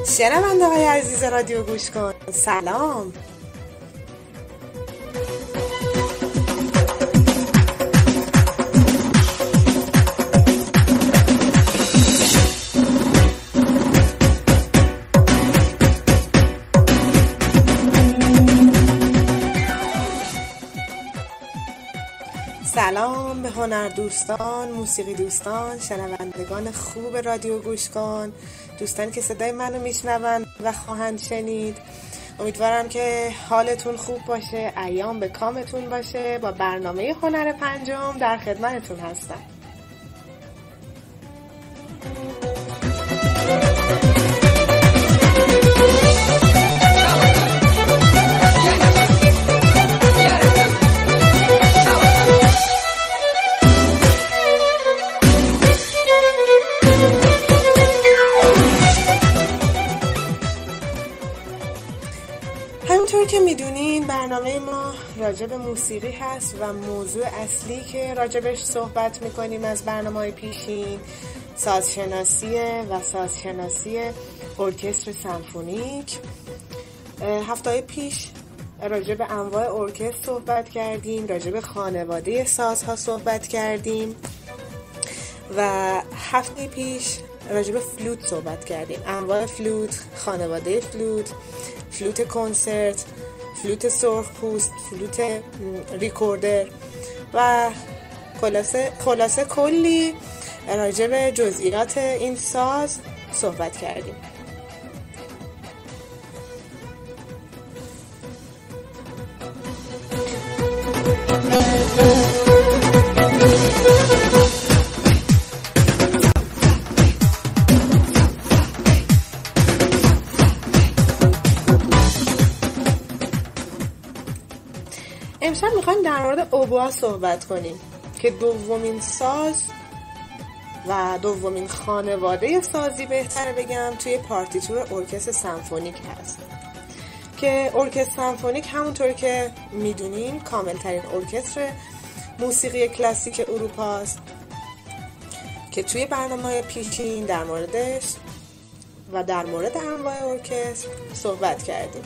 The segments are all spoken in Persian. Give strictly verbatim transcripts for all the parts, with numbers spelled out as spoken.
شنونده های عزیز رادیو گوش کن، سلام. سلام به هنر دوستان، موسیقی دوستان، شنوندگان خوب رادیو گوش کن، دوستانی که صدای منو میشنوند و خواهند شنید. امیدوارم که حالتون خوب باشه، ایام به کامتون باشه. با برنامه هنر پنجم در خدمتتون هستم. همونطور که میدونین برنامه ما راجع به موسیقی هست و موضوع اصلی که راجبش صحبت میکنیم از برنامه‌های پیشین سازشناسیه و سازشناسی ارکستر سمفونیک. هفته‌های پیش راجع به انواع ارکستر صحبت کردیم، راجع به خانواده سازها صحبت کردیم و هفته پیش راجع به فلوت صحبت کردیم، انواع فلوت، خانواده فلوت، فلوت کنسرت، فلوت سرخ پوست، فلوت ریکوردر و خلاصه خلاصه کلی راجع به جزئیات این ساز صحبت کردیم. امشب میخوایم در مورد اوبوا صحبت کنیم که دومین ساز و دومین خانواده سازی بهتره بگم توی پارتیتور ارکستر سمفونیک هست که ارکستر سمفونیک همونطور که میدونین کاملترین ارکستر موسیقی کلاسیک اروپا است که توی برنامه‌های پیشین در موردش و در مورد انواع ارکستر صحبت کردیم.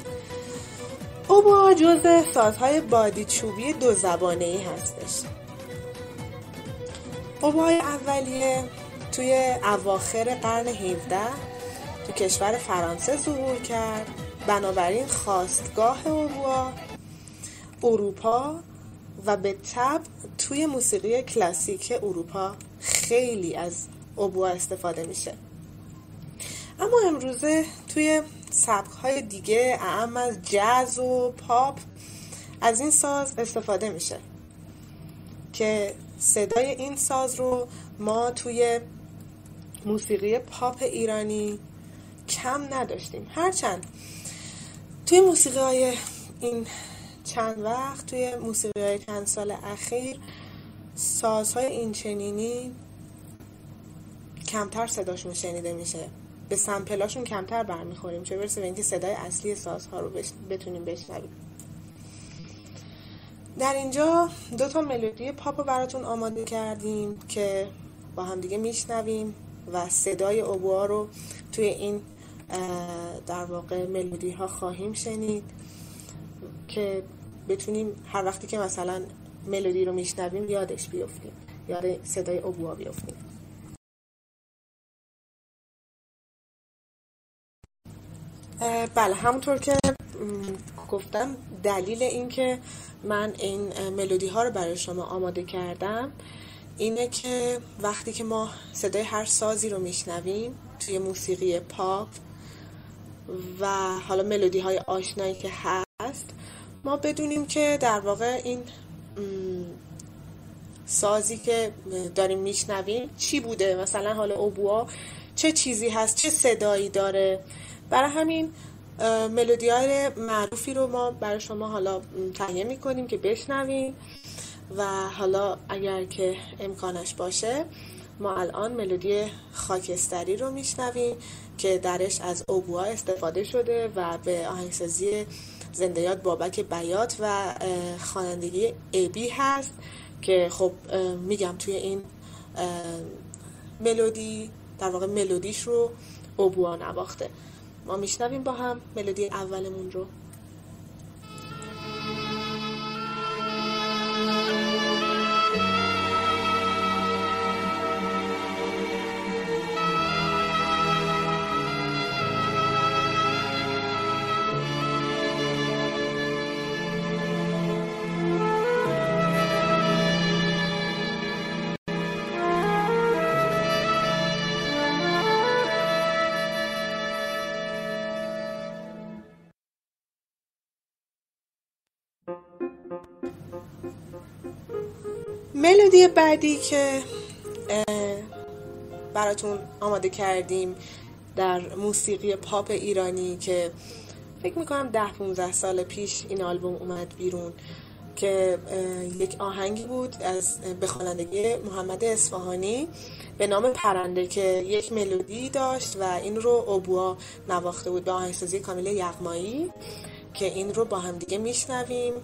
اوبوا جزء سازهای بادی چوبی دو زبانه‌ای هستش. اوبوای اولیه توی اواخر قرن هفدهم تو کشور فرانسه ظهور کرد. بنابراین خاستگاه اوبوا اروپا و به تبع توی موسیقی کلاسیک اروپا خیلی از اوبوا استفاده میشه. اما امروزه توی سبک‌های دیگه اعم از جاز و پاپ از این ساز استفاده میشه که صدای این ساز رو ما توی موسیقی پاپ ایرانی کم نداشتیم، هرچند توی موسیقی های این چند وقت توی موسیقی های چند سال اخیر سازهای این چنینی کمتر صداشون شنیده میشه، به سمپلاشون کمتر برمیخوریم، چه برسه به اینکه صدای اصلی سازها رو بش... بتونیم بشنویم. در اینجا دو تا ملودی پاپ رو براتون آماده کردیم که با هم دیگه میشنویم و صدای اوبوا رو توی این در واقع ملودی ها خواهیم شنید که بتونیم هر وقتی که مثلا ملودی رو میشنویم یادش بیافتیم، یاد صدای اوبوا بیافتیم. بله، همونطور که گفتم دلیل این که من این ملودی ها رو برای شما آماده کردم اینه که وقتی که ما صدای هر سازی رو میشنویم توی موسیقی پاپ و حالا ملودی های آشنایی که هست ما بدونیم که در واقع این سازی که داریم میشنویم چی بوده، مثلا حالا اوبوا چه چیزی هست، چه صدایی داره. برای همین ملودی‌های معروفی رو ما برای شما حالا تهیه می‌کنیم که بشنویم و حالا اگر که امکانش باشه ما الان ملودی خاکستری رو میشنویم که درش از اوبوا استفاده شده و به آهنگسازی زنده یاد بابک بیات و خوانندگی ابی هست که خب میگم توی این ملودی در واقع ملودیش رو اوبوا نواخته. ما میشنویم با هم ملودی اولمون رو. ملودی بعدی که براتون آماده کردیم در موسیقی پاپ ایرانی که فکر میکنم ده پونزده سال پیش این آلبوم اومد بیرون، که یک آهنگی بود از به خوانندگی محمد اصفهانی به نام پرنده که یک ملودی داشت و این رو اوبوا نواخته بود به آهنگسازی کامیل یغمایی، که این رو با هم دیگه میشنویم.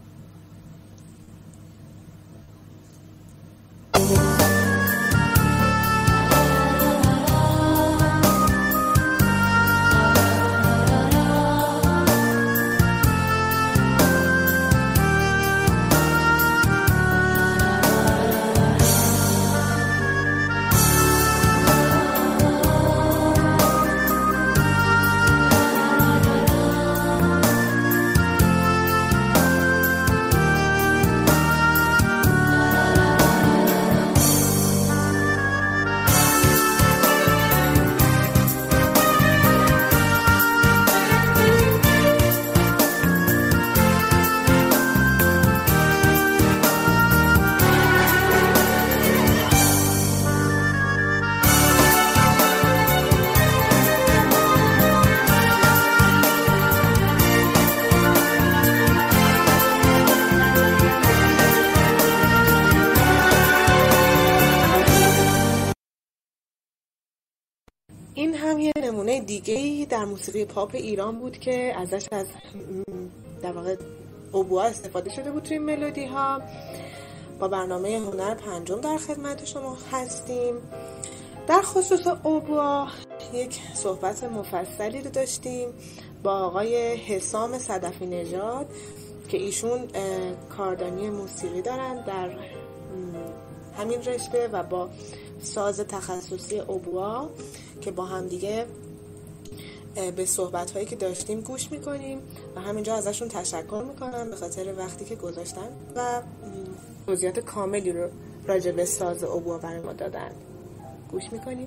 این هم یه نمونه دیگه‌ای در موسیقی پاپ ایران بود که ازش از در واقع اوبوا استفاده شده بود توی این ملودی ها. با برنامه هنر پنجم در خدمت شما هستیم. در خصوص اوبوا یک صحبت مفصلی رو داشتیم با آقای حسام صدفی نژاد که ایشون کاردانی موسیقی دارن در همین رشته و با ساز تخصصی اوبوا که با هم دیگه به صحبت‌هایی که داشتیم گوش می‌کنیم و همینجا ازشون تشکر می‌کنم به خاطر وقتی که گذاشتن و توضیحات کاملی رو راجع به ساز اوبوا برای ما دادن. گوش می‌کنیم.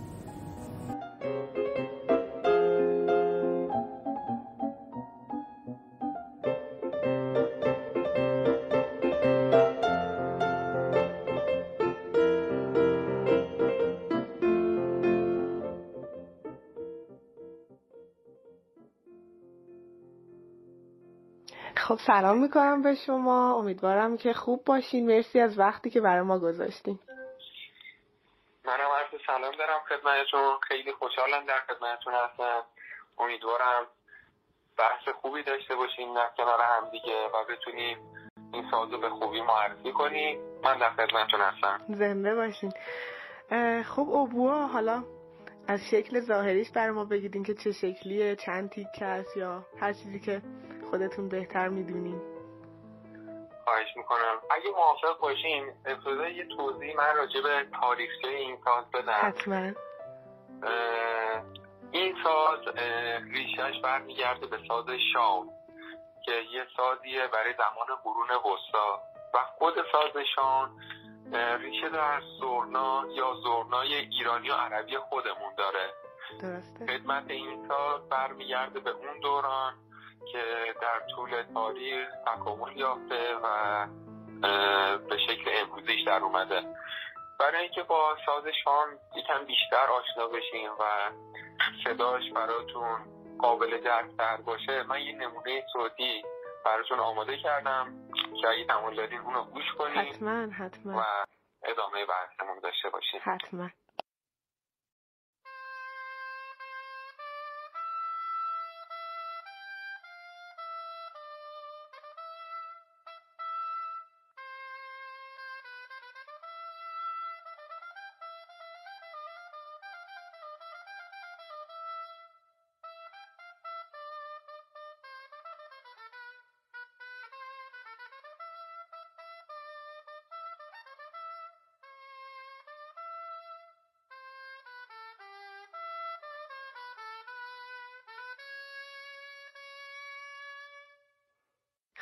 خب سلام میکنم به شما، امیدوارم که خوب باشین. مرسی از وقتی که برای ما گذاشتین. منم عرض سلام دارم خدمتتون، خیلی خوشحالم در خدمتتون هستم. امیدوارم بحث خوبی داشته باشیم در کنار هم دیگه و بتونیم این سازو به خوبی معرفی کنیم. من در خدمتتون هستم. زنده باشین. خب اوبوا حالا از شکل ظاهریش برای ما بگیدین که چه شکلیه، چند تیکه است یا هر چیزی که خودتون بهتر میدونین. خواهش میکنم. اگه موافق باشین ابتدا یه توضیح من راجع به تاریخچه این ساز بدم. حتما. این ساز ریشش برمیگرده به ساز شام که یه سازیه برای زمان قرون وسطا و خود ساز شام ریشه در زرنا یا زرنای ایرانی و عربی خودمون داره. درسته. خدمت این ساز برمیگرده به اون دوران که در طول تاریخ تکامل یافته و به شکل امروزیش در اومده. برای اینکه با ساز شام یکم بیشتر آشنا بشیم و صداش براتون قابل درک‌تر باشه، من یه نمونه صوتی براتون آماده کردم که اگه تمایل دارین اونو گوش کنیم. حتما حتما. و ادامه بحثمون داشته باشیم. حتما.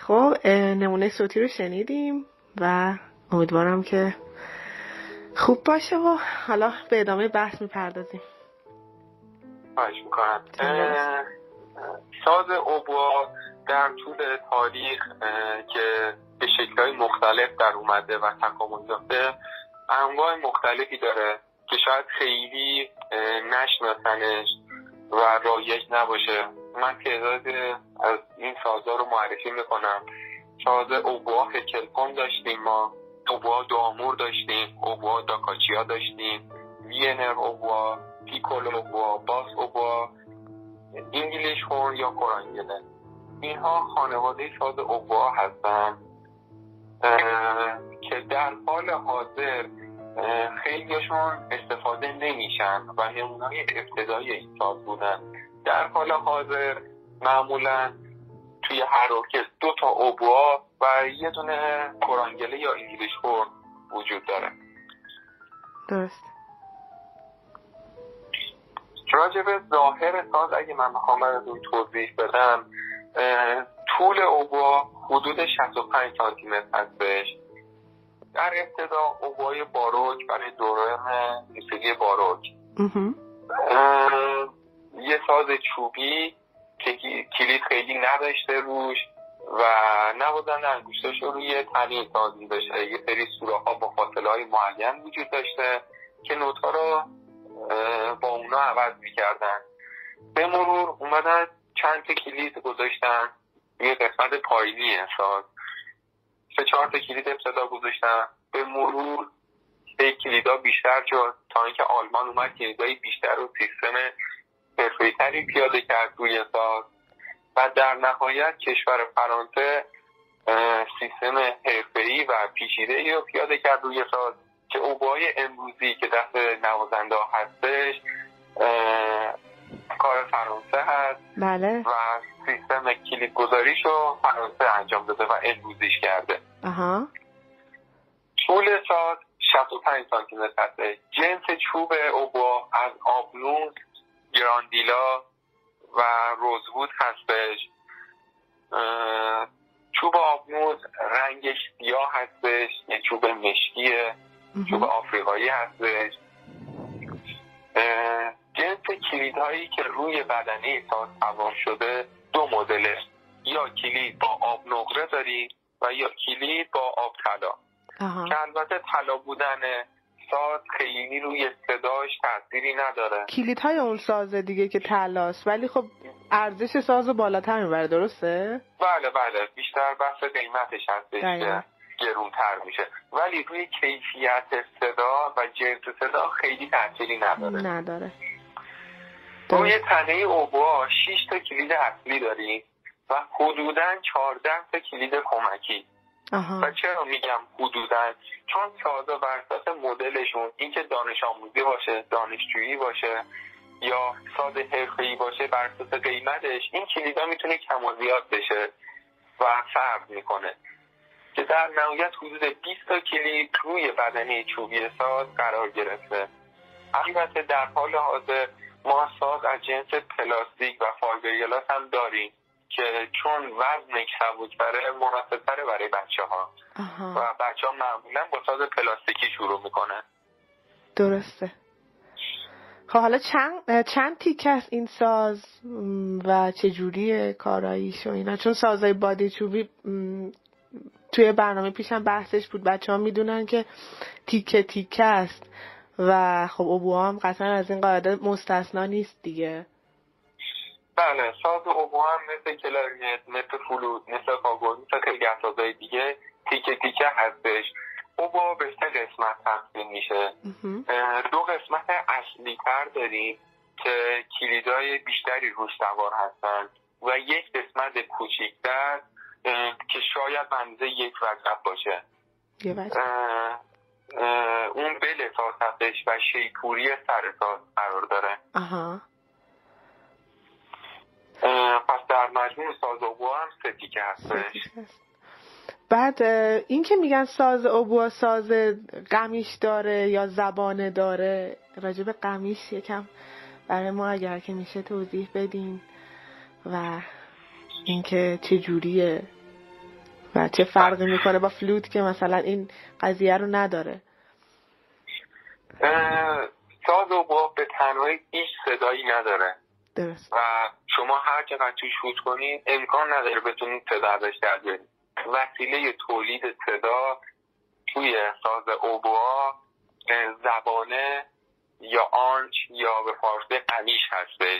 خب نمونه صوتی رو شنیدیم و امیدوارم که خوب باشه و حالا به ادامه بحث میپردازیم. خواهش میکنم. ساز اوبوا در طول تاریخ که به شکل‌های مختلف در اومده و تکامل یافته انواع مختلفی داره که شاید خیلی نشناسنش و رایج نباشه. من تعداد از این سازها رو معرفی میکنم. ساز اوبوا هکلکن داشتیم، ما اوبوا دامور داشتیم، اوبوا داکاچیا داشتیم، وینر اوبوا، پیکولو اوبوا، باس اوبوا، انگلیش هورن یا کورانگله. اینها خانواده ساز اوبوا هستن که در حال حاضر خیلیشون استفاده نمیشن و نمونه‌های ابتدایی این ساز بودن. در حال حاضر معمولا توی هر ارکستر دو تا اوبوا و یه دونه کورانگله یا انگلیش هورن وجود داره. درست. راجب ظاهر ساز اگه من بخوام براتون توضیح بدم، طول اوبوا حدود شصت و پنج سانتی متر هستش. در ابتدا اوبوای باروک برای دوران موسیقی باروک یه ساز چوبی که کلید خیلی نداشته روش و نوازنده انگشتاش رو روی تنه ساز می‌ذاشته. یه سری سوراخ‌ها با فاصله‌های معین وجود داشته که نوت‌ها رو با اونا عوض می‌کردن. به مرور اومدن چند تا کلید گذاشتن روی قسمت پایینی ساز. سه چهار تا کلید ابتدا گذاشتن. به مرور سه کلیدا بیشتر شد تا اینکه آلمان اومد کلیدای بیشتر و سیستم حرفه‌ای‌تری پیاده کرد روی ساز و در نهایت کشور فرانسه سیستم حرفه‌ای و پیچیده‌ای رو پیاده کرد روی ساز که اوبوهای امروزی که دست نوازنده هستش کار فرانسه هست. بله. و سیستم کلید گذاریش رو فرانسه انجام داده و امروزیش کرده. اها. طول ساز شصت و پنج سانتی متر هسته. جنس چوب اوبوا از آبنوس، گراندیلا و روزوود هستش. چوب آبنوس رنگش سیاه هستش، یه چوب مشکیه. چوب آفریقایی هستش. جنس کلیدهایی که روی بدنه ساز سوار شده دو مدله، یا کلید با آب نقره داریم و یا کلید با آب طلا که البته طلا بودن ساز خیلی روی صداش تأثیری نداره. کلیدهای اون ساز دیگه که طلاست ولی خب ارزش سازو بالاتر میبره، درسته؟ بله بله، بیشتر بحث قیمتش هستش که گرونتر میشه، ولی روی کیفیت صدا و جنس صدا خیلی تأثیری نداره. نداره. روی تنه اوبوا شش تا کلید اصلی داریم و حدوداً چهارده تا کلید کمکی. آها. و چرا میگم حدوداً؟ چون سازا بر اساس مدلشون، اینکه دانش آموزی باشه، دانشجویی باشه یا ساز حرفه‌ای باشه، بر اساس قیمتش این کلیدا میتونه کم و زیاد بشه و فرق میکنه که در نهایت حدود بیست تا کلید روی بدنه چوبی ساز قرار گرفته. البته در حال حاضر ما ساز از جنس پلاستیک و فایبرگلاس هم داریم که چون وزنش سبک‌تره مناسب‌تره برای بچه‌ها و بچه‌ها معمولا با ساز پلاستیکی شروع میکنن. درسته. خب حالا چند چند تیکه است این ساز و چه جوریه کاراییش و اینا؟ چون سازهای بادی چوبی توی برنامه پیشم بحثش بود، بچه‌ها میدونن که تیکه تیکه است و خب اوبوا هم قطعا از این قاعده مستثنا نیست دیگه. بله، ساز اوبوا هم مثل کلارینت، مثل فلوت، مثل فاگوت، مثل خیلی از سازهای دیگه تیکه تیکه هستش. اوبوا به سه قسمت تقسیم میشه. دو قسمت اصلی تر داریم که کلیدای بیشتری روش سوار هستن و یک قسمت کوچیک‌تر که شاید بنده یک وجب باشه. یه وجب. اون بل ساز هستش و شیپوری سر ساز قرار داره. آها. پس در مجموع ساز اوبوا هم سه تیکه هستش. بعد این که میگن ساز اوبوا ساز قمیش داره یا زبانه داره، راجب قمیش یکم برای ما اگر که میشه توضیح بدین و اینکه چه جوریه. و چه فرقی میکنه با فلوت که مثلا این قضیه رو نداره؟ ساز اوبوا به تنهایی هیچ صدایی نداره. درست. و شما هر چقدر توی شوت کنید امکان نداره بتونید صدا ازش در بیارید. وسیله تولید صدا توی ساز اوبوا زبانه یا آنچ یا به فارسی قمیش هستش.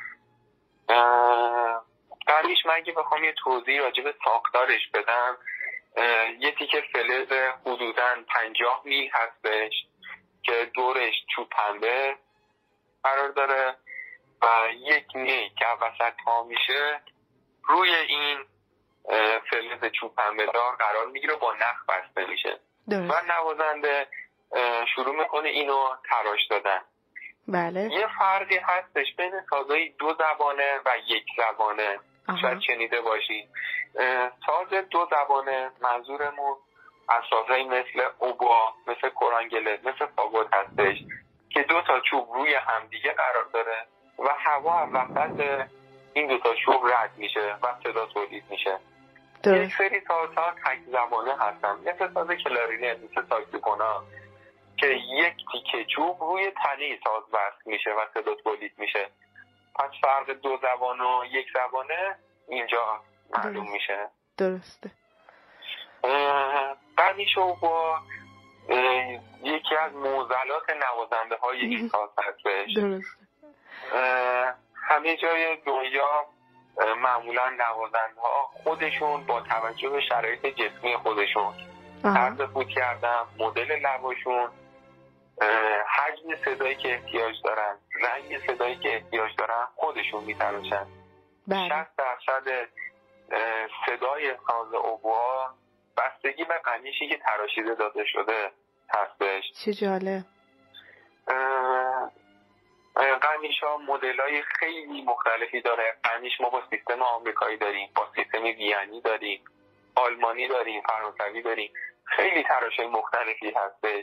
قمیش من اگه بخوام یه توضیح راجع به ساختارش بدم، یه تیکه فلز حدوداً پنجاه میل هستش که دورش چوب پنبه قرار داره و یک نی که وسط پا میشه روی این فلز چوب پنبه دار قرار میگیره، با نخ بسته میشه و نوازنده شروع میکنه اینو تراش دادن. بله. یه فرقی هستش بین سازهای دو زبانه و یک زبانه. شاید شنیده باشید ساز دو زبانه منظورمون از سازهایی مثل اوبوا، مثل کرانگله، مثل فاگوت هستش که دو تا چوب روی همدیگه قرار داره و هوا وسط این دو تا چوب رد میشه و صدا تولید میشه. ده. یک سری سازها تک زبانه هستن مثل ساز کلارینت، مثل ساکسیفونا که یک تیکه چوب روی تنه ساز وصل میشه و صدا تولید میشه. پس فرق دو زبانه و یک زبانه اینجا معلوم درست. میشه. درسته. قمیش اوبوا یکی از معضلات نوازنده های این ساز هستش. درسته. همه جای دنیا معمولا نوازنده ها خودشون با توجه به شرایط جسمی خودشون، طرز فوت کردن، مدل لباشون، حجم صدایی که احتیاج دارن، رنگ صدایی که احتیاج دارن خودشون میتراشن. شصت درصد صدای ساز اوبوا بستگی به قمیشی که تراشیده داده شده هستش. چه جالب. قمیش ها مدل های خیلی مختلفی داره. قمیش ما با سیستم آمریکایی داریم، با سیستم ویانی داریم، آلمانی داریم، فرانسوی داریم، خیلی تراش های مختلفی هستش.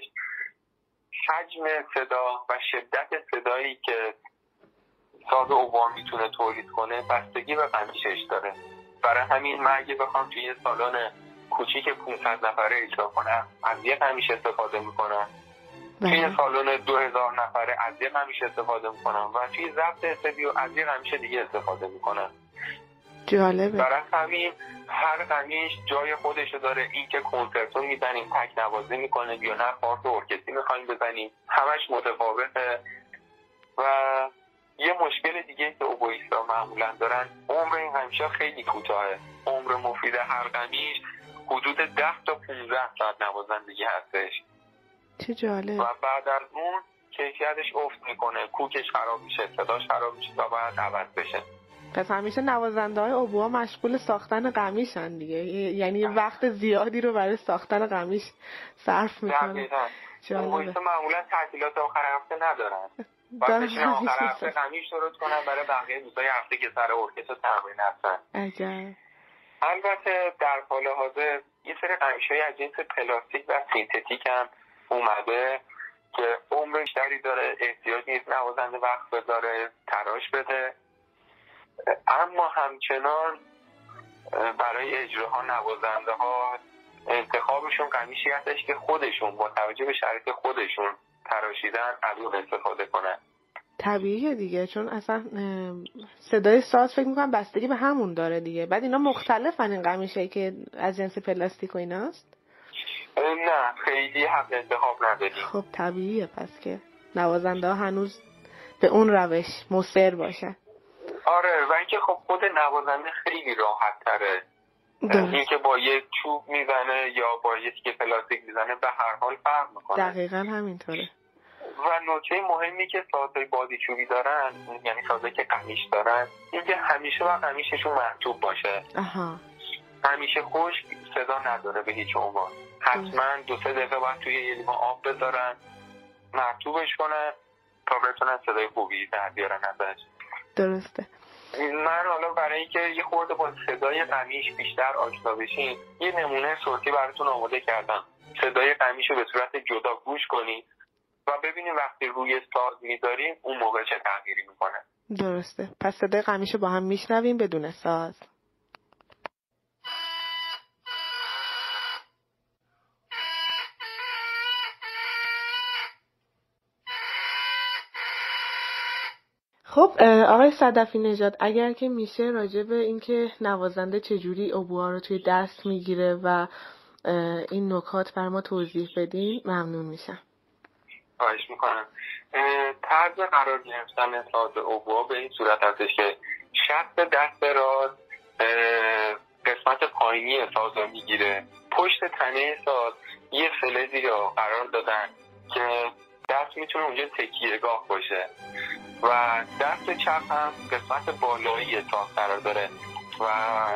حجم صدا و شدت صدایی که ساز اوبوا میتونه تولید کنه بستگی به قمیشش داره. برای همین من اگه بخوام توی یه سالن کوچیک پانصد نفره اجرا کنم از یه قمیش استفاده میکنم، توی یه سالن دو هزار نفره از یه قمیش استفاده میکنم و توی ضبط استودیو از یه قمیش دیگه استفاده میکنم. جالبه. برای همین هر قمیش جای خودشو داره. این که کنسرتو میزنیم تک نوازی میکنه یا نه پارت ارکستری میخوایم بزنیم همش متفاوته. و یه مشکل دیگه که اوبویستا معمولا دارن عمر این قمیشا خیلی کوتاهه. عمر مفید هر قمیش حدود ده تا پانزده ساعت نوازندگی هستش. چه جالب. و بعد از اون کیفیتش افت میکنه، کوکش خراب میشه، صداش خراب میشه و باید عوض بشه. پس همیشه نوازنده های اوبوا مشغول ساختن قمیشن دیگه، یعنی وقت زیادی رو برای ساختن قمیش صرف میکنن. اوبویستا معمولا تعطیلات آخر هفته ندارن. باید بشین آخر هفته قمیش درست کنن برای بقیه دوستای هفته که سر ارکستر تمرین هستن. عجب. البته در حال حاضر یه سری قمیش‌های از جنس پلاستیک و سینتتیک هم اومده که عمر بیشتری داره، احتیاج نیست نوازنده وقت بذاره تراش بده، اما همچنان برای اجراها نوازنده ها انتخابشون قمیشی هستش که خودشون با توجه به شرایط خودشون تراشیدن از اون استفاده کنن. طبیعیه دیگه، چون اصلا صدای ساز فکر میکنم بستگی به همون داره دیگه. بعد اینا مختلفن این قمیشایی که از جنس پلاستیک و ایناست؟ نه خیلی حق انتخاب نداری. خب طبیعیه پس که نوازنده ها هنوز به اون روش مصر باشن. آره و اینکه خب خود نوازنده خیلی راحت تره. این که با یک چوب میزنه یا با یک که پلاستیک میزنه به هر حال فرق میکنه. دقیقاً همینطوره. و نکته مهمی که سازهای بادی چوبی دارن، یعنی سازهایی که قمیش دارن، این که همیشه و قمیششون مرطوب باشه. آها. همیشه خشک صدا نداره به هیچ عنوان. حتما دو سه دقیقه باید توی یه لیوان آب بذارن، مرطوبش کنن تا بتونن صدای خوبی در بیارن ازش. درسته. من حالا برای اینکه یه خورده با صدای قمیش بیشتر آشنا بشین یه نمونه صوتی براتون آماده کردم. صدای قمیش رو به صورت جدا گوش کنید و ببینید وقتی روی ساز میذاریم اون موقع چه تغییری میکنه. درسته. پس صدای قمیش رو با هم میشنویم بدون ساز. خب آقای صدفی نژاد، اگر که میشه راجع به اینکه نوازنده چجوری اوبوها رو توی دست میگیره و این نکات بر ما توضیح بدین ممنون میشم. خواهش میکنم. طرز قرار گرفتن ساز اوبوها به این صورت هستش که شست دست راست قسمت پایینی ساز رو میگیره، پشت تنه ساز یه فلزی رو قرار دادن که دست میتونه اونجا تکیهگاه باشه و دست چپ هم قسمت بالایی ساز قرار داره و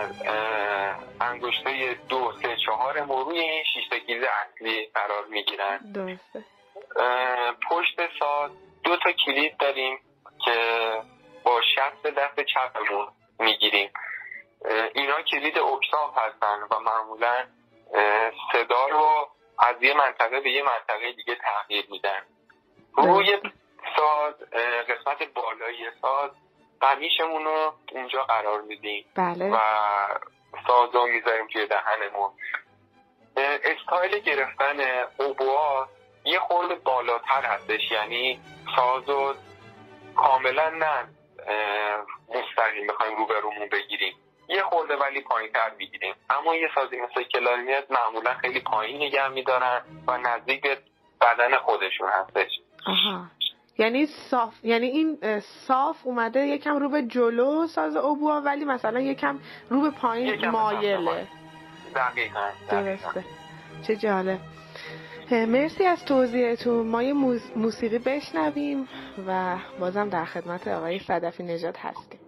انگشتای دو سه چهار روی این شش تا کلید اصلی قرار میگیرن. درسته. پشت ساز دو تا کلید داریم که با شست دست چپمون میگیریم. اینا کلید اکتاف هستن و معمولا صدا رو از یه منطقه به یه منطقه دیگه تغییر میدن. روی ساز قسمت بالایی ساز قمیشمون رو اونجا قرار میدیم. بله. و ساز رو میذاریم توی دهنمون. استایل گرفتن اوبوها یه خورده بالاتر هستش، یعنی ساز رو کاملا نه مستقیم بخوایم رو به رومون بگیریم، یه خورده ولی پایین تر میگیریم. اما یه سازی مثل کلارینت معمولا خیلی پایین نگه میدارن و نزدیک به بدن خودشون هستش. آها. یعنی صاف، یعنی این صاف اومده یکم رو به جلو ساز اوبوها ولی مثلا یکم رو به پایین مایله. دقیقاً. درسته. چه جالب. مرسی از توضیحتون. ما یه موسیقی بشنویم و بازم در خدمت آقای صدفی نژاد هستیم.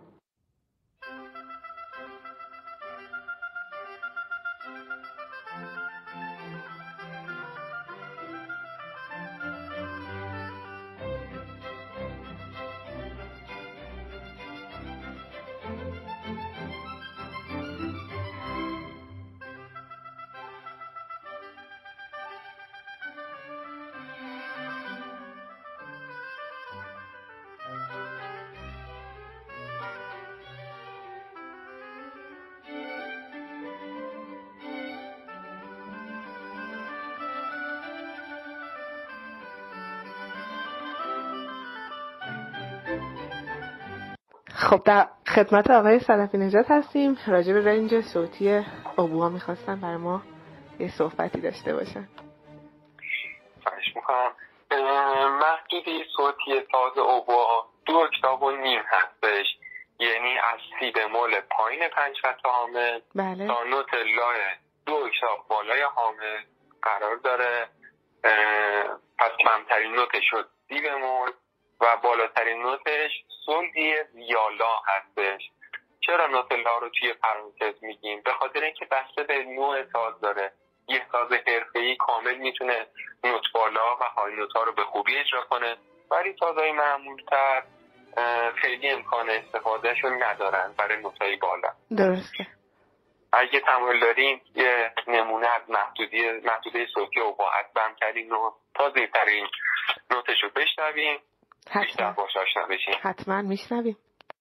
خب در خدمت آقای صدفی نژاد هستیم. راجع به رنج صوتی اوبوها میخواستن برای ما یه صحبتی داشته باشن. خواهش میکنم. محدودی صوتی ساز اوبوها دو اکتاف و نیم هستش، یعنی از سی بمول پایین پنج خط حامل بله. تا نوت لا دو اکتاف بالای حامل قرار داره. پس کمترین نوتش شد سی بمول و بالاترین نوتش سول دیز یا لا هستش. چرا نوت لا رو توی پرانتز میگیم؟ به خاطر اینکه بسته به نوع ساز داره. یه ساز حرفه‌ای کامل میتونه نوت بالا و های نوت ها رو به خوبی اجرا کنه، ولی سازهای معمولتر خیلی امکان استفادهشون ندارن برای نوت های بالا. درسته. اگه تمایل دارین یه نمونه از محدودی محدوده صوتی اوبوها از بم کردیم رو تا زیرترین نوتش رو بشنویم. حتما باش آشنا بشیم. حتما میشنویم.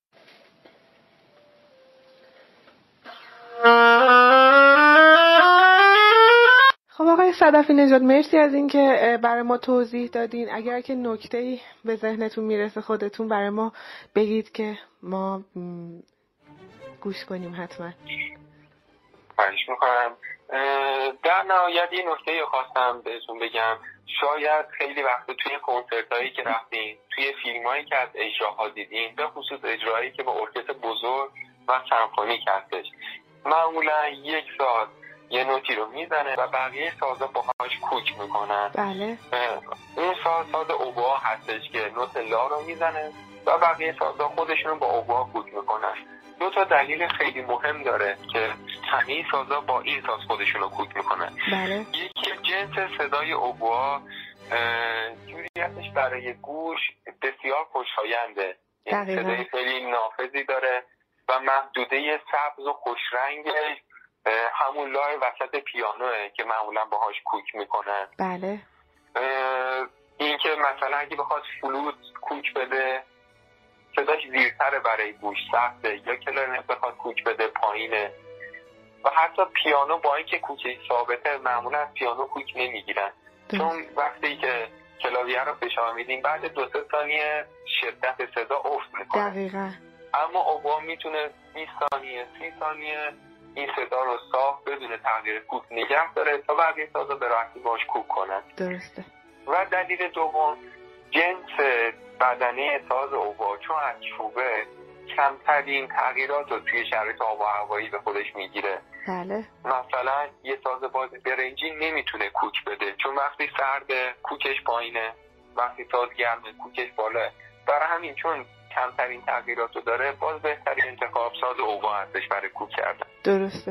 خب آقای صدفی نژاد، مرسی از اینکه برای ما توضیح دادین. اگر که نکته‌ای به ذهنتون میرسه خودتون برای ما بگید که ما گوش کنیم. حتما. خواهش میکنم. در نهایت یه نکته خواستم بهتون بگم. شاید خیلی وقت توی کنسرت هایی که رفتین، توی فیلم هایی که از اجراها دیدین، به خصوص اجرایی که با ارکستر بزرگ و سمفونیک هستش، معمولا یک ساز یه نوتی رو میزنه و بقیه سازا باهاش کوک میکنن. بله. اون ساز ساز اوبوها هستش که نوت لا رو میزنه و بقیه سازا خودشون با اوبوها کوک میکنن. دو تا دلیل خیلی مهم داره که همه سازا با این ساز خودشون رو کوک میکنن. بله. یکی جنس صدای اوبوها جوریتش برای گوش بسیار خوشاینده، یعنی صدای خیلی نافذی داره و محدوده سبز و خوشرنگش همون لای وسط پیانوه که معمولا باهاش کوک میکنن. بله. این که مثلا اگه بخواد فلوت کوک بده صداش زیرتره برای گوش، سخته، یا کلارینت بخواد کوک بده پایینه. و حتی پیانو با اینکه کوکش ثابته معمولا از پیانو کوک نمیگیرن، چون وقتی که کلاویه رو فشار میدیم، بعد دو سه ثانیه شدت صدا افت میکنه. دقیقاً. اما اوبوا میتونه بیست ثانیه سی ثانیه این صدا رو صاف بدون تغییر کوک نگه داره تا بقیه سازا به راحتی باش کوک کنن. درسته. و دلیل دوم جنس بدنه ساز اوبوا چون از چوبه کمترین تغییرات رو توی شرایط آب و هوایی به خودش میگیره. بله. مثلا یه ساز باز برنجی نمیتونه کوک بده چون وقتی سرده کوکش پایینه، وقتی ساز گرمه کوکش بالا. برای همین چون کمترین تغییرات رو داره باز بهترین انتخاب ساز اوبوا هستش برای کوک کردن. درسته.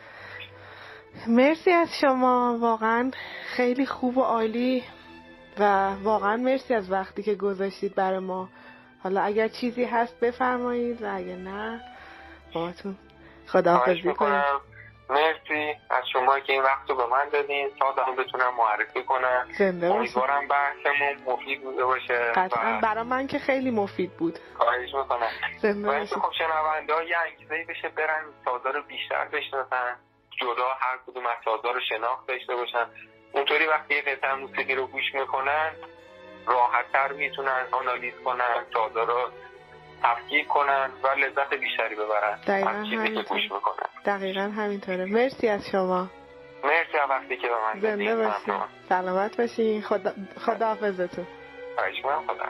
مرسی از شما، واقعا خیلی خوب و عالی و واقعا مرسی از وقتی که گذاشتید برای ما. حالا اگر چیزی هست بفرمایید و اگر نه باهاتون خداحافظی کنیم. مرسی از شما که این وقت رو به من دادین تا هم بتونم معرفی کنم. امیدوارم بحثمون مفید بوده باشه. قطعا برای من که خیلی مفید بود. خواهش میکنم. زنده باشید. خب شنونده ها یه انگیزه‌ای بشه برن سازا رو بیشتر بشناسن، جدا هر کدوم از سازا رو شناخت داشته باشن. اونطوری وقتی یه قطعه موسیقی رو گوش میکنن راحت‌تر میتونن آنالیز کنن، سازا رو تفکیک کنن و لذت بیشتری ببرن از چیزی که گوش میکنن. دقیقاً همینطوره. مرسی از شما. مرسی از وقتی که به من دادید. زنده باشین. سلامت باشین. خدا خداحافظتون. خواهش می‌کنم. خدا.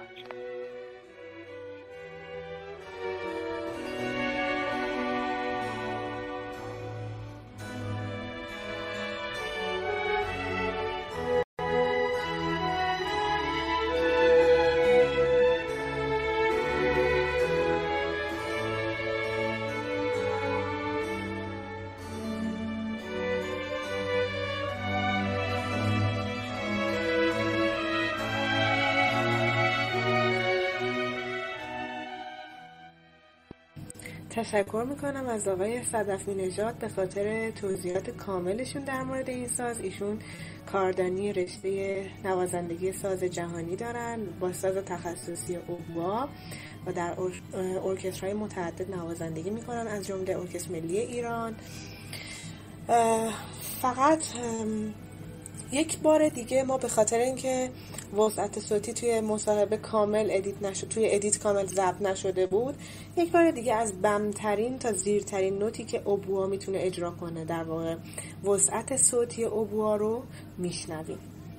تشکر میکنم از آقای صدفی نژاد به خاطر توضیحات کاملشون در مورد این ساز. ایشون کاردانی رشته نوازندگی ساز جهانی دارن با ساز تخصصی اوبوا و در ارکسترهای متعدد نوازندگی میکنن از جمله ارکستر ملی ایران. فقط یک بار دیگه ما به خاطر اینکه وسعت صوتی توی مصاحبه کامل ادیت نشد، توی ادیت کامل ضبط نشده بود، یک بار دیگه از بمترین تا زیرترین نوتی که اوبوا میتونه اجرا کنه در واقع وسعت صوتی اوبوا رو میشنویم.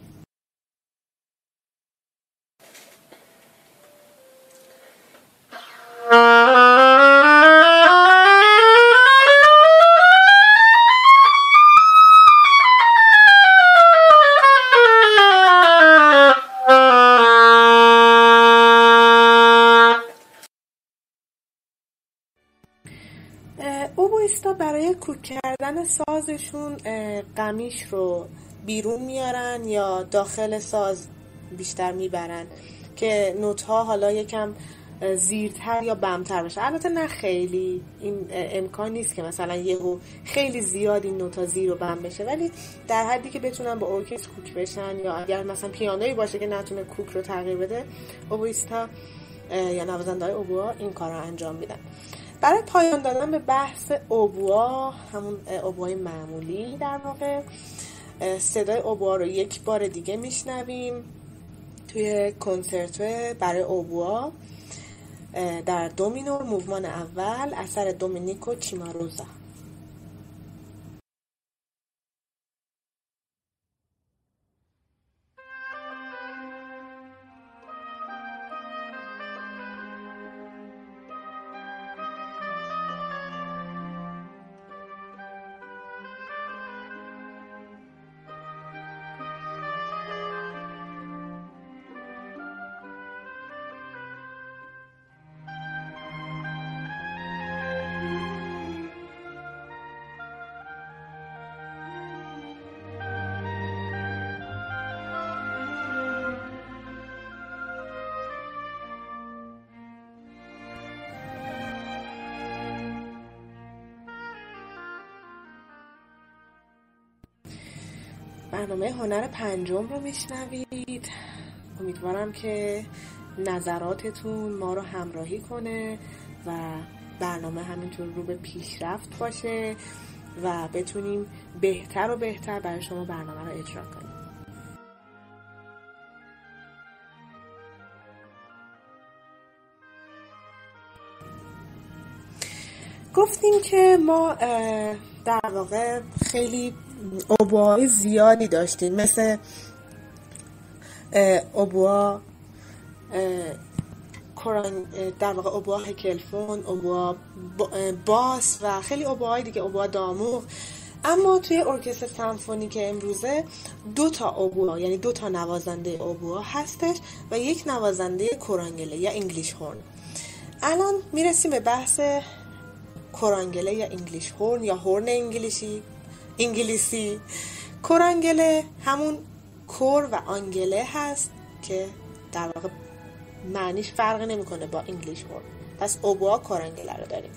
اوبویستا برای کوک کردن سازشون قمیش رو بیرون میارن یا داخل ساز بیشتر میبرن که نوت‌ها حالا یکم زیرتر یا بمتر بشه. البته نه خیلی این امکان نیست که مثلا یهو خیلی زیاد این نوت‌ها زیر و بم بشه، ولی در حدی که بتونن با ارکستر کوک بشن یا اگر مثلا پیانویی باشه که نتونه کوک رو تغییر بده، اوبویستا یا نوازنده‌های اوبوا این کار رو انجام میدن. برای پایان دادن به بحث اوبوا، همون اوبوای معمولی در واقع، صدای اوبوا رو یک بار دیگه میشنویم توی کنسرتو برای اوبوا در دو مینور موومان اول اثر دومینیکو چیماروزا. برنامه هنر پنجم رو میشنوید. امیدوارم که نظراتتون ما رو همراهی کنه و برنامه همینطور رو به پیشرفت باشه و بتونیم بهتر و بهتر برای شما برنامه رو اجرا کنیم. گفتیم که ما در واقع خیلی اوبوهای زیادی داشتیم، مثل اوبوا در واقع اوبوا هکلفون، اوبوا باس و خیلی اوبوهای دیگه، اوبوا داموغ. اما توی ارکستر سمفونی که امروزه دو تا اوبوا، یعنی دو تا نوازنده اوبوا هستش و یک نوازنده کرانگله یا انگلیش هورن. الان میرسیم به بحث کرانگله یا انگلیش هورن یا هورن انگلیسی انگلیسی. کرانگله همون کور و آنگله هست که در واقع معنیش فرق نمیکنه با انگلیش هورن. پس اوبوا کرانگله رو داریم.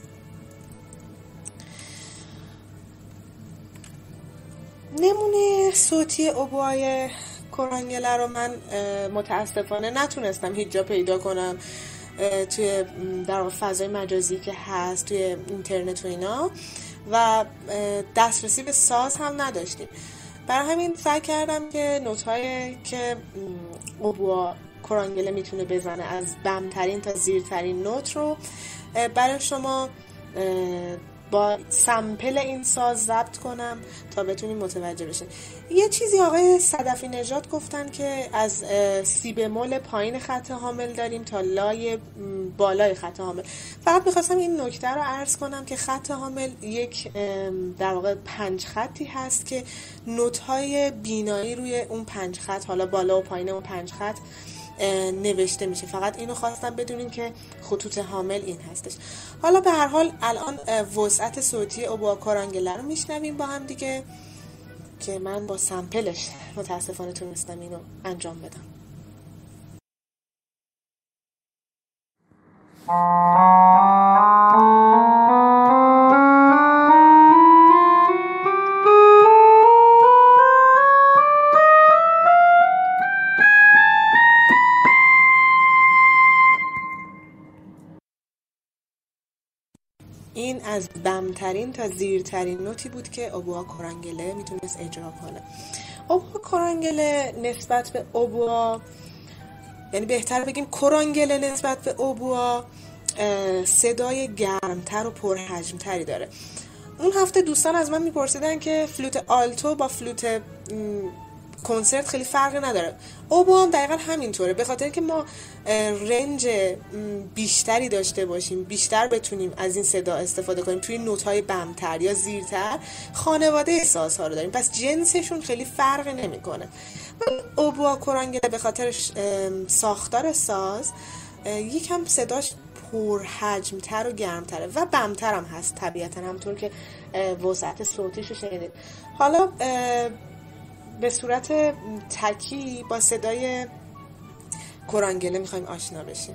نمونه صوتی اوبوهای کرانگله رو من متاسفانه نتونستم هیچ جا پیدا کنم توی در واقع فضای مجازی که هست توی اینترنت و اینا، و دسترسی به ساز هم نداشتیم. برای همین سعی کردم که نوت‌هایی که اوبوا کرانگله میتونه بزنه از بمترین تا زیرترین نوت رو برای شما با سمپل این ساز ضبط کنم تا بتونیم متوجه بشین. یه چیزی آقای صدفی نژاد گفتن که از سی بمول پایین خط حامل داریم تا لای بالای خط حامل. فقط میخواستم این نکته رو عرض کنم که خط حامل یک در واقع پنج خطی هست که نوت‌های بینایی روی اون پنج خط، حالا بالا و پایین اون پنج خط نوشته میشه. فقط اینو خواستم بدونین که خطوط حامل این هستش. حالا به هر حال الان وسعت صوتی اوبوا کرانگله رو میشنویم با هم دیگه که من با سمپلش متاسفانه تونستم اینو انجام بدم. این از بمترین تا زیرترین نوتی بود که اوبوا کرانگله میتونست اجرا کنه. اوبوا کرانگله نسبت به اوبوا، یعنی بهتر بگیم کرانگله نسبت به اوبوا، صدای گرمتر و پرحجمتری داره. اون هفته دوستان از من میپرسیدن که فلوت آلتو با فلوت کنسرت خیلی فرق نداره. اوبوا هم دقیقا همینطوره، به خاطر که ما رنج بیشتری داشته باشیم، بیشتر بتونیم از این صدا استفاده کنیم توی نوت‌های بمتر یا زیرتر، خانواده سازها رو داریم، پس جنسشون خیلی فرق نمیکنه. اوبوا کرانگله به خاطر ساختار ساز یکم صداش پرحجمتر و گرمتره و بمتر هم هست طبیعتا، همونطور که وسعت صوتیشو شنیدید. حالا به صورت تکی با صدای کرانگله میخوایم آشنا بشیم.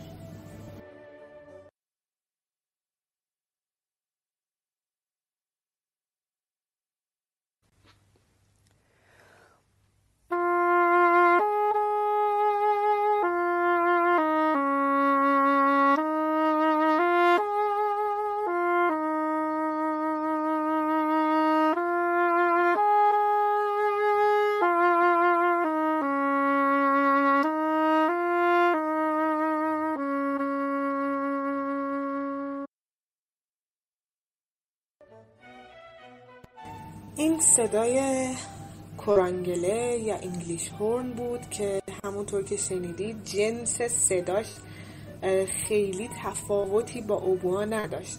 این صدای کرانگله یا انگلیش هورن بود که همونطور که شنیدید جنس صداش خیلی تفاوتی با اوبوا نداشت.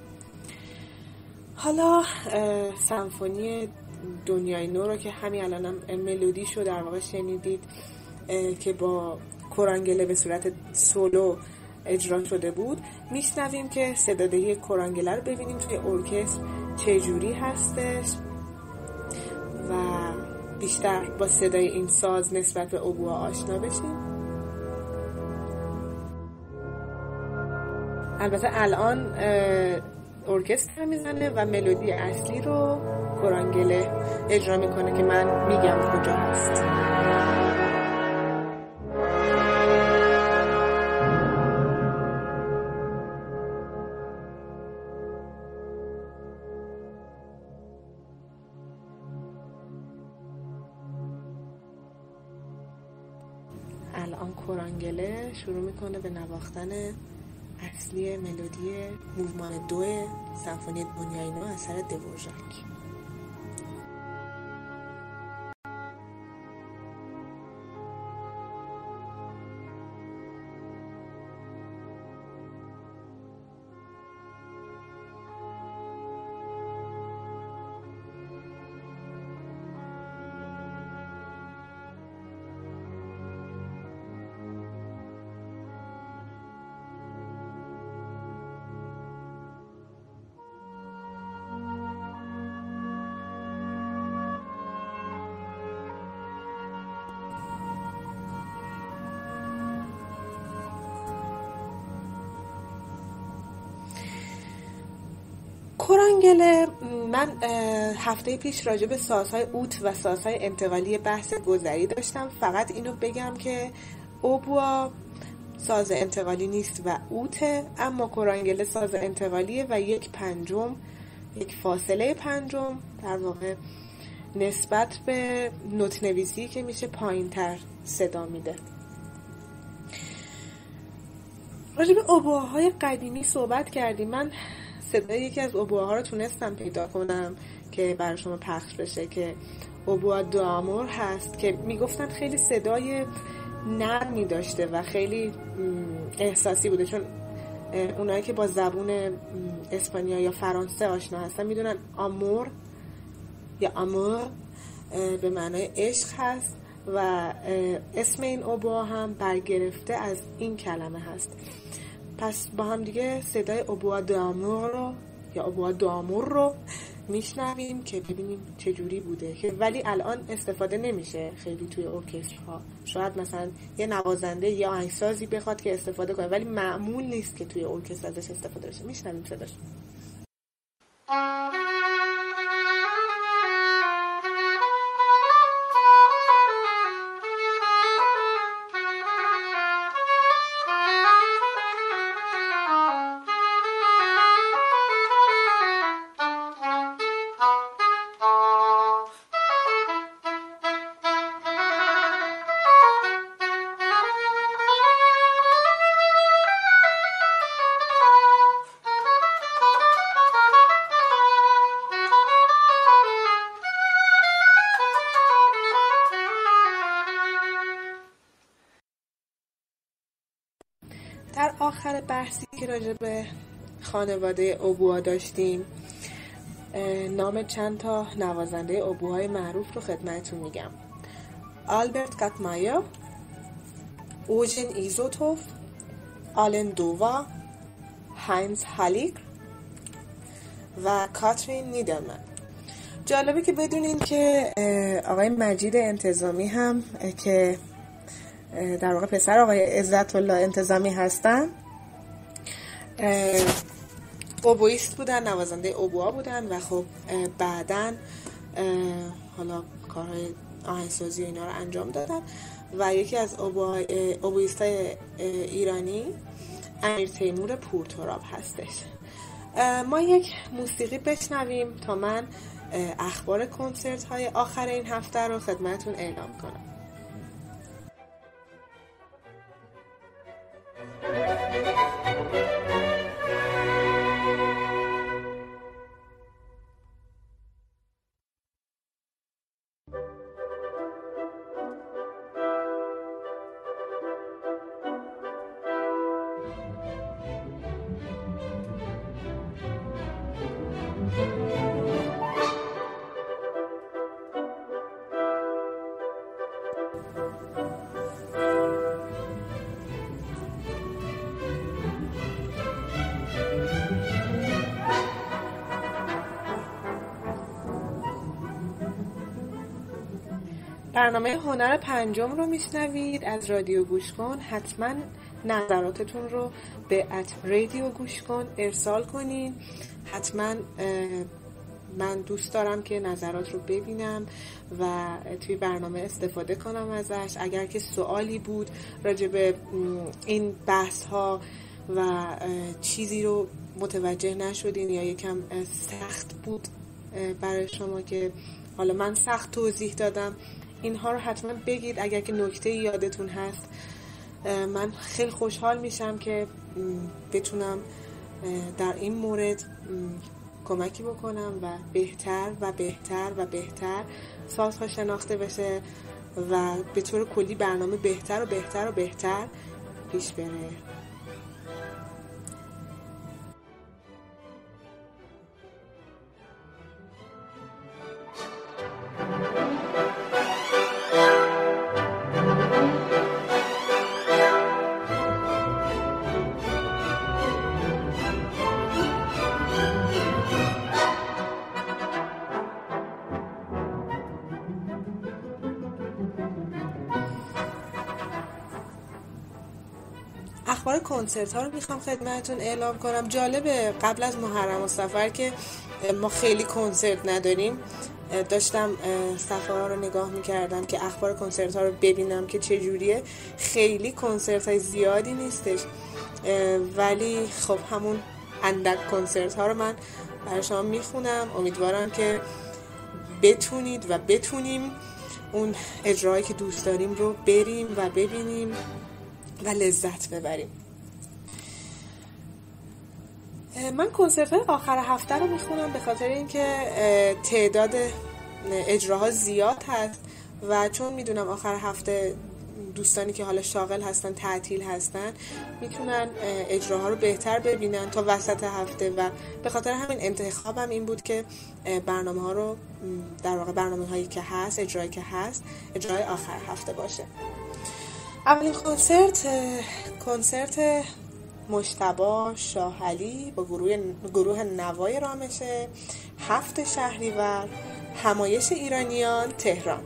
حالا سمفونی دنیای نو رو که همین الانم ملودیشو در واقع شنیدید که با کرانگله به صورت سولو اجرا شده بود، میشنویم که صدادهی کرانگله رو ببینیم توی ارکستر چجوری هستش و بیشتر با صدای این ساز نسبت به اوبوا آشنا بشیم. البته الان ارکستر میزنه و ملودی اصلی رو کرانگله اجرا میکنه که من میگم کجا هست. الان کرانگله شروع میکنه به نواختن اصلی ملودی موومان دو سمفونی دنیای نو اثر دوورژاک. کورانگله، من هفته پیش راجع به سازهای اوت و سازهای انتقالی بحث گذری داشتم. فقط اینو بگم که اوبوا ساز انتقالی نیست و اوته، اما کورانگله ساز انتقالیه و یک پنجم، یک فاصله پنجم در واقع نسبت به نوت نویسی که میشه پایین تر صدا میده. راجع به اوبواهای قدیمی صحبت کردیم. من صدای یکی از اوبواها رو تونستم پیدا کنم که برای شما پخش بشه که اوبوا دامور هست که میگفتن خیلی صدای نرمی داشته و خیلی احساسی بوده، چون اونایی که با زبون اسپانیا یا فرانسه آشنا هستن میدونن آمور یا آمور به معنای عشق هست و اسم این اوبوا هم برگرفته از این کلمه هست. پس با هم دیگه صدای اوبوا دامور رو یا اوبوا دامور رو میشنویم که ببینیم چه جوری بوده، که ولی الان استفاده نمیشه خیلی توی ارکسترها. شاید مثلا یه نوازنده یا آهنگسازی بخواد که استفاده کنه، ولی معمول نیست که توی ارکستر ازش استفاده بشه. میشنویم صداش. در آخر بحثی که راجع به خانواده اوبوا داشتیم، نام چند تا نوازنده اوبوهای معروف رو خدمتتون میگم. آلبرت کاتمایا، اوژن ایزوتوف، آلن دووا، هاینز هالیگر و کاترین نیدلمن. جالبه که بدونین که آقای مجید انتظامی هم که در واقع پسر آقای عزت الله انتظامی هستن، اوبویست بودن، نوازنده اوبوا بودن و خب بعدن حالا کارهای آهنگسازی اینا رو انجام دادن و یکی از اوبویستای ایرانی امیر تیمور پورتراب هستش. ما یک موسیقی بشنویم تا من اخبار کنسرت های آخر این هفته رو خدمتون اعلام کنم. برنامه هنر پنجم رو میشنوید از رادیو گوش کن. حتما نظراتتون رو به ات رادیو گوش کن ارسال کنین. حتما من دوست دارم که نظرات رو ببینم و توی برنامه استفاده کنم ازش. اگر که سوالی بود راجع به این بحث ها و چیزی رو متوجه نشدین یا یکم سخت بود برای شما که حالا من سخت توضیح دادم، اینها رو حتما بگید. اگر که نکته یادتون هست من خیلی خوشحال میشم که بتونم در این مورد کمکی بکنم و بهتر و بهتر و بهتر سازها شناخته بشه و به طور کلی برنامه بهتر و بهتر و بهتر پیش بره. اخبار کنسرت ها رو میخوام خدمتتون اعلام کنم. جالبه قبل از محرم و صفر که ما خیلی کنسرت نداریم، داشتم صفحه ها رو نگاه میکردم که اخبار کنسرت ها رو ببینم که چجوریه. خیلی کنسرت های زیادی نیستش، ولی خب همون اندک کنسرت ها رو من برای شما میخونم. امیدوارم که بتونید و بتونیم اون اجرایی که دوست داریم رو بریم و ببینیم و لذت ببریم. من کنسرت های آخر هفته رو میخونم به خاطر اینکه تعداد اجراها زیاد هست و چون میدونم آخر هفته دوستانی که حالا شاغل هستن، تعطیل هستن، میتونن اجراها رو بهتر ببینن تا وسط هفته و به خاطر همین انتخابم این بود که برنامه ها رو در واقع برنامه هایی که هست، اجرایی که هست، اجرای آخر هفته باشه. اولین کنسرت کنسرت مجتبی شاهعلی با گروه گروه نوای رامشه، هفت شهریور، همایش ایرانیان، تهران.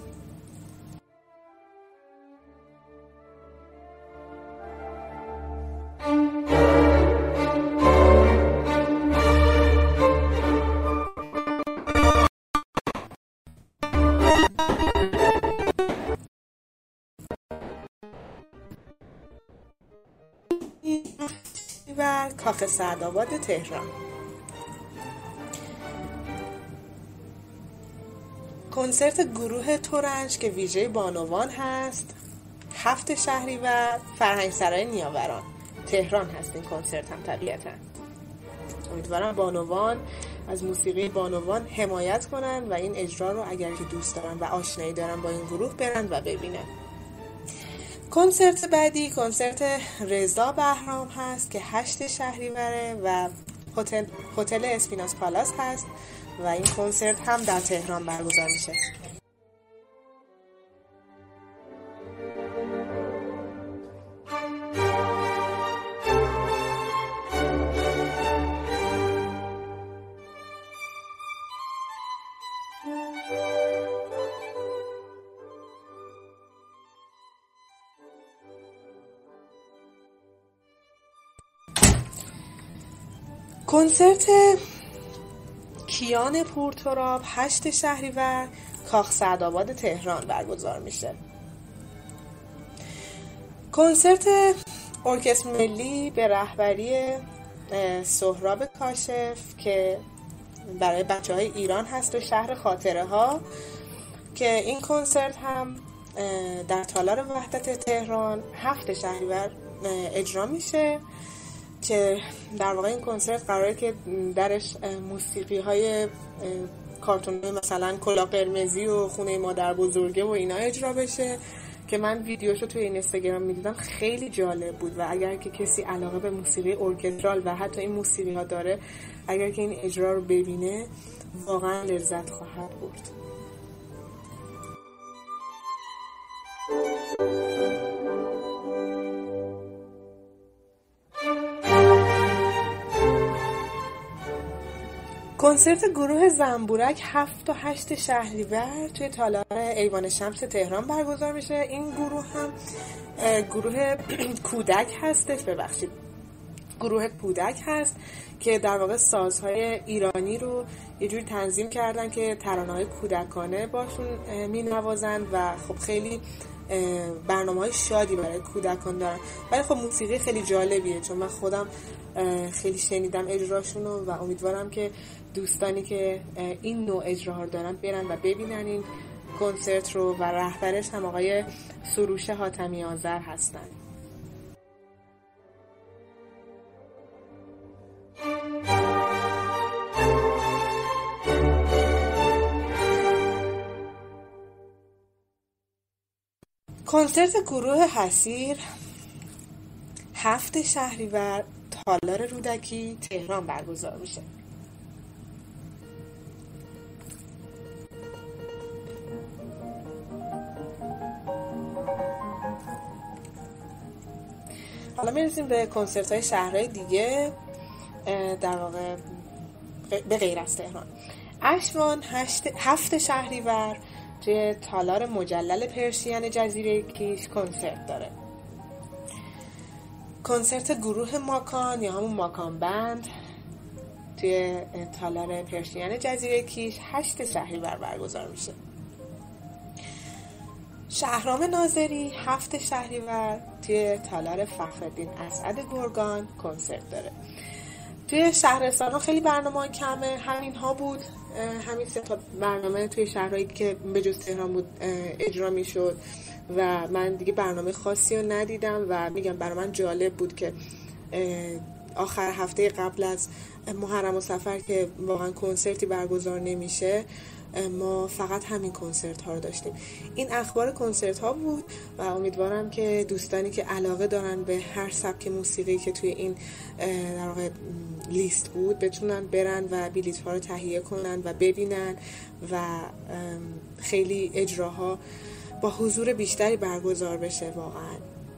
و کاخ سعدآباد تهران. کنسرت گروه ترنج که ویژه بانوان هست، هفت شهریور، فرهنگسرای نیاوران، تهران هست. این کنسرت هم طبیعتا امیدوارم بانوان از موسیقی بانوان حمایت کنن و این اجرا رو اگر که دوست دارن و آشنایی دارن با این گروه برن و ببینن. کنسرت بعدی کنسرت رضا بهرام هست که هشت شهریوره و هتل هتل اسپیناس پالاس هست و این کنسرت هم در تهران برگزار میشه. کنسرت کیان پورتراب هشت شهریور، کاخ سعدآباد تهران برگزار میشه. کنسرت ارکستر ملی به رهبری سهراب کاشف که برای بچه های ایران هست و شهر خاطره ها، که این کنسرت هم در تالار وحدت تهران هفت شهریور اجرا میشه، که در واقع این کنسرت قراره که درش موسیقی های کارتون مثلا کلا قرمزی و خونه مادر بزرگه و اینا اجرا بشه، که من ویدیوشو توی این اینستاگرام میدیدم، خیلی جالب بود و اگر که کسی علاقه به موسیقی ارکسترال و حتی این موسیقی ها داره، اگر که این اجرا رو ببینه واقعا لذت خواهد برد. کنسرت گروه زنبورک هفت و هشت شهریور توی تالار ایوان شمس تهران برگزار میشه. این گروه هم گروه کودک هستش، ببخشید گروه کودک هست که در واقع سازهای ایرانی رو یه جوری تنظیم کردن که ترانه‌های کودکانه باشون مینوازن و خب خیلی برنامه‌های شادی برای کودکان دارن، ولی خب موسیقی خیلی جالبیه، چون من خودم خیلی شنیدم اجراشونو و امیدوارم که دوستانی که این نوع اجراها رو دارن برن و ببینن این کنسرت رو و رهبرش هم آقای سروش حاتمی آذر هستند. کنسرت گروه حصیر هفت شهریور تالار رودکی تهران برگزار میشه. حالا میرسیم به کنسرت های شهرهای دیگه، در واقع به غیر از تهران. اشوان هفت شهریور توی تالار مجلل پرشین جزیره کیش کنسرت داره. کنسرت گروه ماکان یا همون ماکان بند توی تالار پرشین جزیره کیش هشت شهریور برگزار میشه. شهرام ناظری هفت شهریور توی تالار فخرالدین اسعد گرگان کنسرت داره. توی شهرستان ها خیلی برنامه کمه، همین ها بود، همین سه تا برنامه توی شهرهایی که به جز تهران بود اجرا می شد و من دیگه برنامه خاصی رو ندیدم و میگم برای من جالب بود که آخر هفته قبل از محرم و صفر که واقعا کنسرتی برگزار نمیشه ما فقط همین کنسرت ها رو داشتیم. این اخبار کنسرت ها بود و امیدوارم که دوستانی که علاقه دارن به هر سبک موسیقی که توی این در واقع لیست بود بتونن برن و بلیط ها رو تهیه کنن و ببینن و خیلی اجراها با حضور بیشتری برگزار بشه. واقعا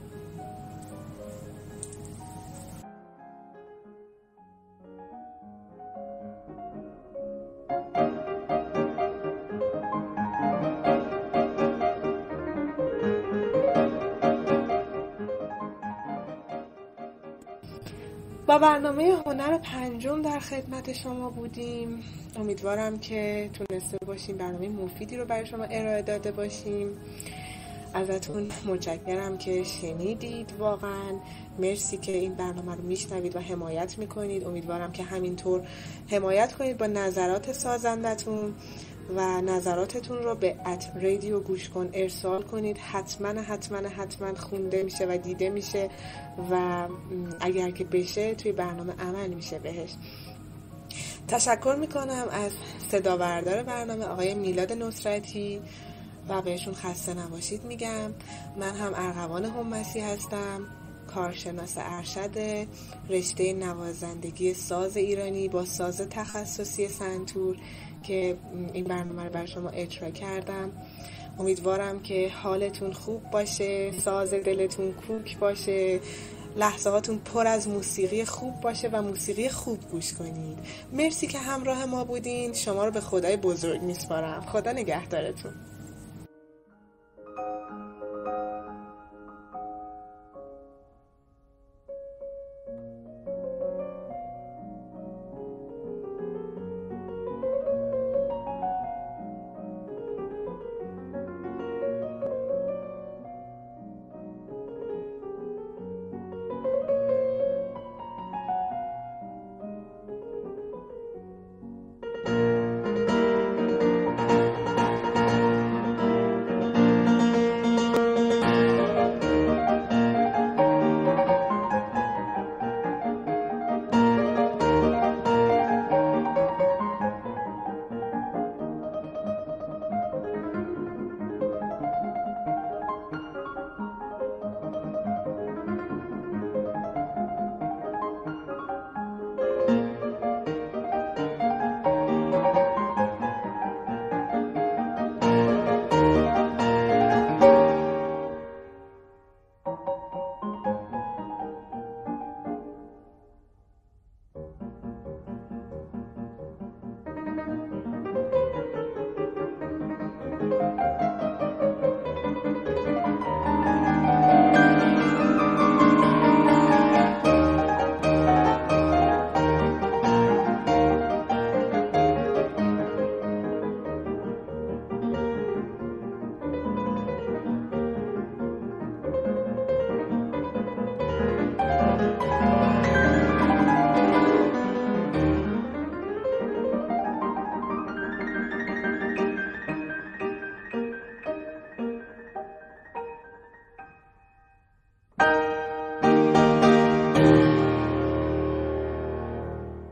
با برنامه هنر پنجم در خدمت شما بودیم. امیدوارم که تونسته باشیم برنامه مفیدی رو برای شما ارائه داده باشیم. ازتون متشکرم که شنیدید. واقعا مرسی که این برنامه رو میشنوید و حمایت میکنید. امیدوارم که همینطور حمایت کنید با نظرات سازندتون و نظراتتون رو به ات رادیو گوش کن ارسال کنید. حتما حتما حتما خونده میشه و دیده میشه و اگر که بشه توی برنامه عمل میشه بهش. تشکر میکنم از صداوردار برنامه آقای میلاد نصرتی و بهشون خسته نباشید میگم. من هم ارغوان همسی هستم، کارشناس ارشد رشته نوازندگی ساز ایرانی با ساز تخصصی سنتور که این برنامه رو برای شما اجرا کردم. امیدوارم که حالتون خوب باشه، ساز دلتون کوک باشه، لحظه هاتون پر از موسیقی خوب باشه و موسیقی خوب گوش کنید. مرسی که همراه ما بودین. شما رو به خدای بزرگ میسپارم. خدا نگهدارتون.